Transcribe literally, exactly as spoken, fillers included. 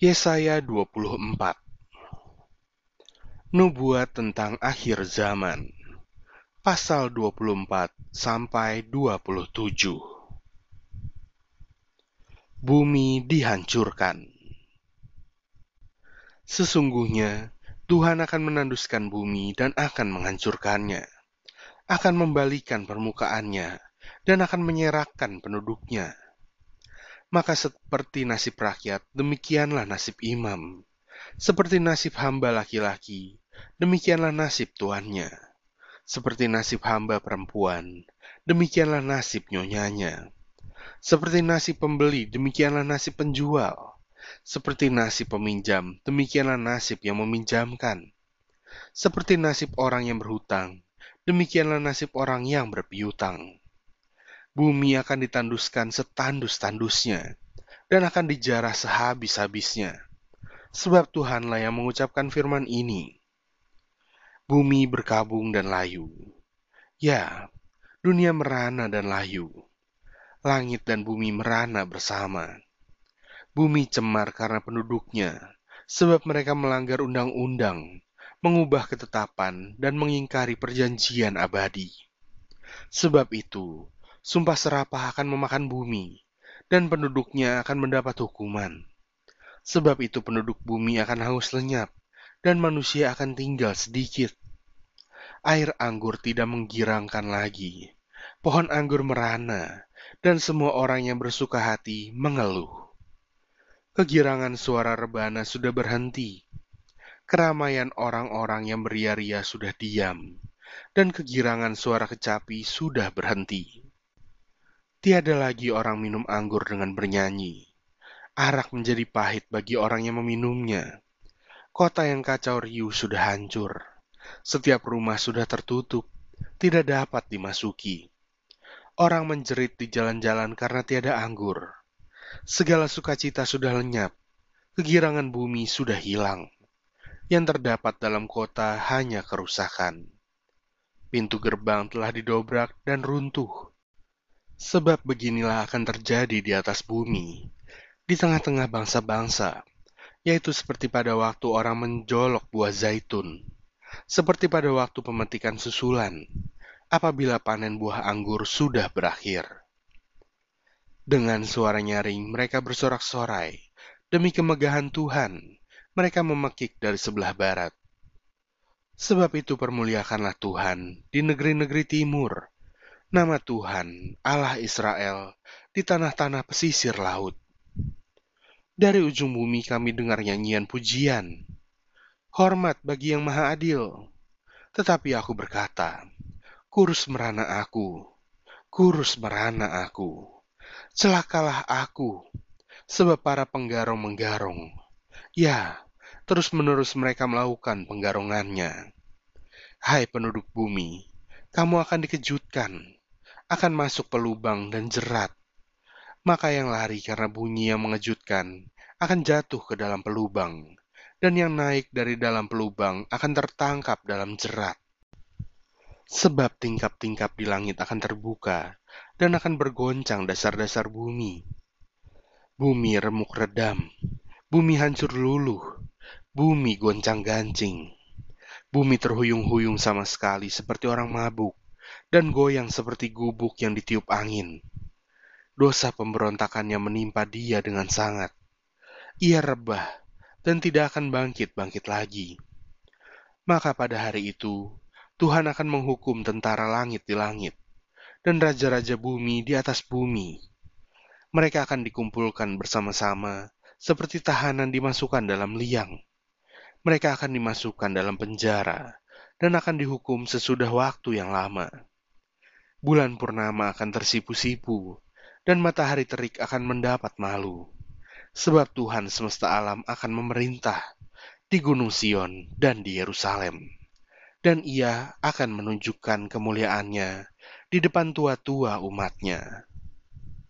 Yesaya dua puluh empat. Nubuat tentang akhir zaman. Pasal dua puluh empat sampai dua puluh tujuh. Bumi dihancurkan. Sesungguhnya Tuhan akan menanduskan bumi dan akan menghancurkannya, akan membalikan permukaannya, dan akan menyerakkan penduduknya. Maka seperti nasib rakyat, demikianlah nasib imam. Seperti nasib hamba laki-laki, demikianlah nasib tuannya. Seperti nasib hamba perempuan, demikianlah nasib nyonyanya. Seperti nasib pembeli, demikianlah nasib penjual. Seperti nasib peminjam, demikianlah nasib yang meminjamkan. Seperti nasib orang yang berhutang, demikianlah nasib orang yang berpiutang. Bumi akan ditanduskan setandus-tandusnya, dan akan dijarah sehabis-habisnya. Sebab Tuhanlah yang mengucapkan firman ini. Bumi berkabung dan layu. Ya, dunia merana dan layu. Langit dan bumi merana bersama. Bumi cemar karena penduduknya, sebab mereka melanggar undang-undang, mengubah ketetapan, dan mengingkari perjanjian abadi. Sebab itu, sumpah serapah akan memakan bumi, dan penduduknya akan mendapat hukuman. Sebab itu penduduk bumi akan haus lenyap, dan manusia akan tinggal sedikit. Air anggur tidak menggirangkan lagi, pohon anggur merana, dan semua orang yang bersuka hati mengeluh. Kegirangan suara rebana sudah berhenti, keramaian orang-orang yang beria-ria sudah diam, dan kegirangan suara kecapi sudah berhenti. Tiada lagi orang minum anggur dengan bernyanyi, arak menjadi pahit bagi orang yang meminumnya. Kota yang kacau riuh sudah hancur, setiap rumah sudah tertutup, tidak dapat dimasuki. Orang menjerit di jalan-jalan karena tiada anggur. Segala sukacita sudah lenyap, kegirangan bumi sudah hilang. Yang terdapat dalam kota hanya kerusakan. Pintu gerbang telah didobrak dan runtuh. Sebab beginilah akan terjadi di atas bumi, di tengah-tengah bangsa-bangsa, yaitu seperti pada waktu orang menjolok buah zaitun, seperti pada waktu pemetikan susulan, apabila panen buah anggur sudah berakhir. Dengan suara nyaring mereka bersorak-sorai, demi kemegahan Tuhan, mereka memekik dari sebelah barat. Sebab itu permuliakanlah Tuhan di negeri-negeri timur, nama Tuhan, Allah Israel, di tanah-tanah pesisir laut. Dari ujung bumi kami dengar nyanyian pujian, hormat bagi yang maha adil. Tetapi aku berkata, kurus merana aku, kurus merana aku. Celakalah aku, sebab para penggarong menggarong. Ya, terus-menerus mereka melakukan penggarongannya. Hai penduduk bumi, kamu akan dikejutkan, akan masuk pelubang dan jerat. Maka yang lari karena bunyi yang mengejutkan akan jatuh ke dalam pelubang, dan yang naik dari dalam pelubang akan tertangkap dalam jerat. Sebab tingkap-tingkap di langit akan terbuka, dan akan bergoncang dasar-dasar bumi. Bumi remuk redam, bumi hancur luluh, bumi goncang-gancing. Bumi terhuyung-huyung sama sekali seperti orang mabuk, dan goyang seperti gubuk yang ditiup angin. Dosa pemberontakannya menimpa dia dengan sangat. Ia rebah, dan tidak akan bangkit-bangkit lagi. Maka pada hari itu, Tuhan akan menghukum tentara langit di langit, dan raja-raja bumi di atas bumi. Mereka akan dikumpulkan bersama-sama, seperti tahanan dimasukkan dalam liang. Mereka akan dimasukkan dalam penjara, dan akan dihukum sesudah waktu yang lama. Bulan purnama akan tersipu-sipu, dan matahari terik akan mendapat malu. Sebab Tuhan semesta alam akan memerintah di Gunung Sion dan di Yerusalem. Dan ia akan menunjukkan kemuliaannya di depan tua-tua umatnya.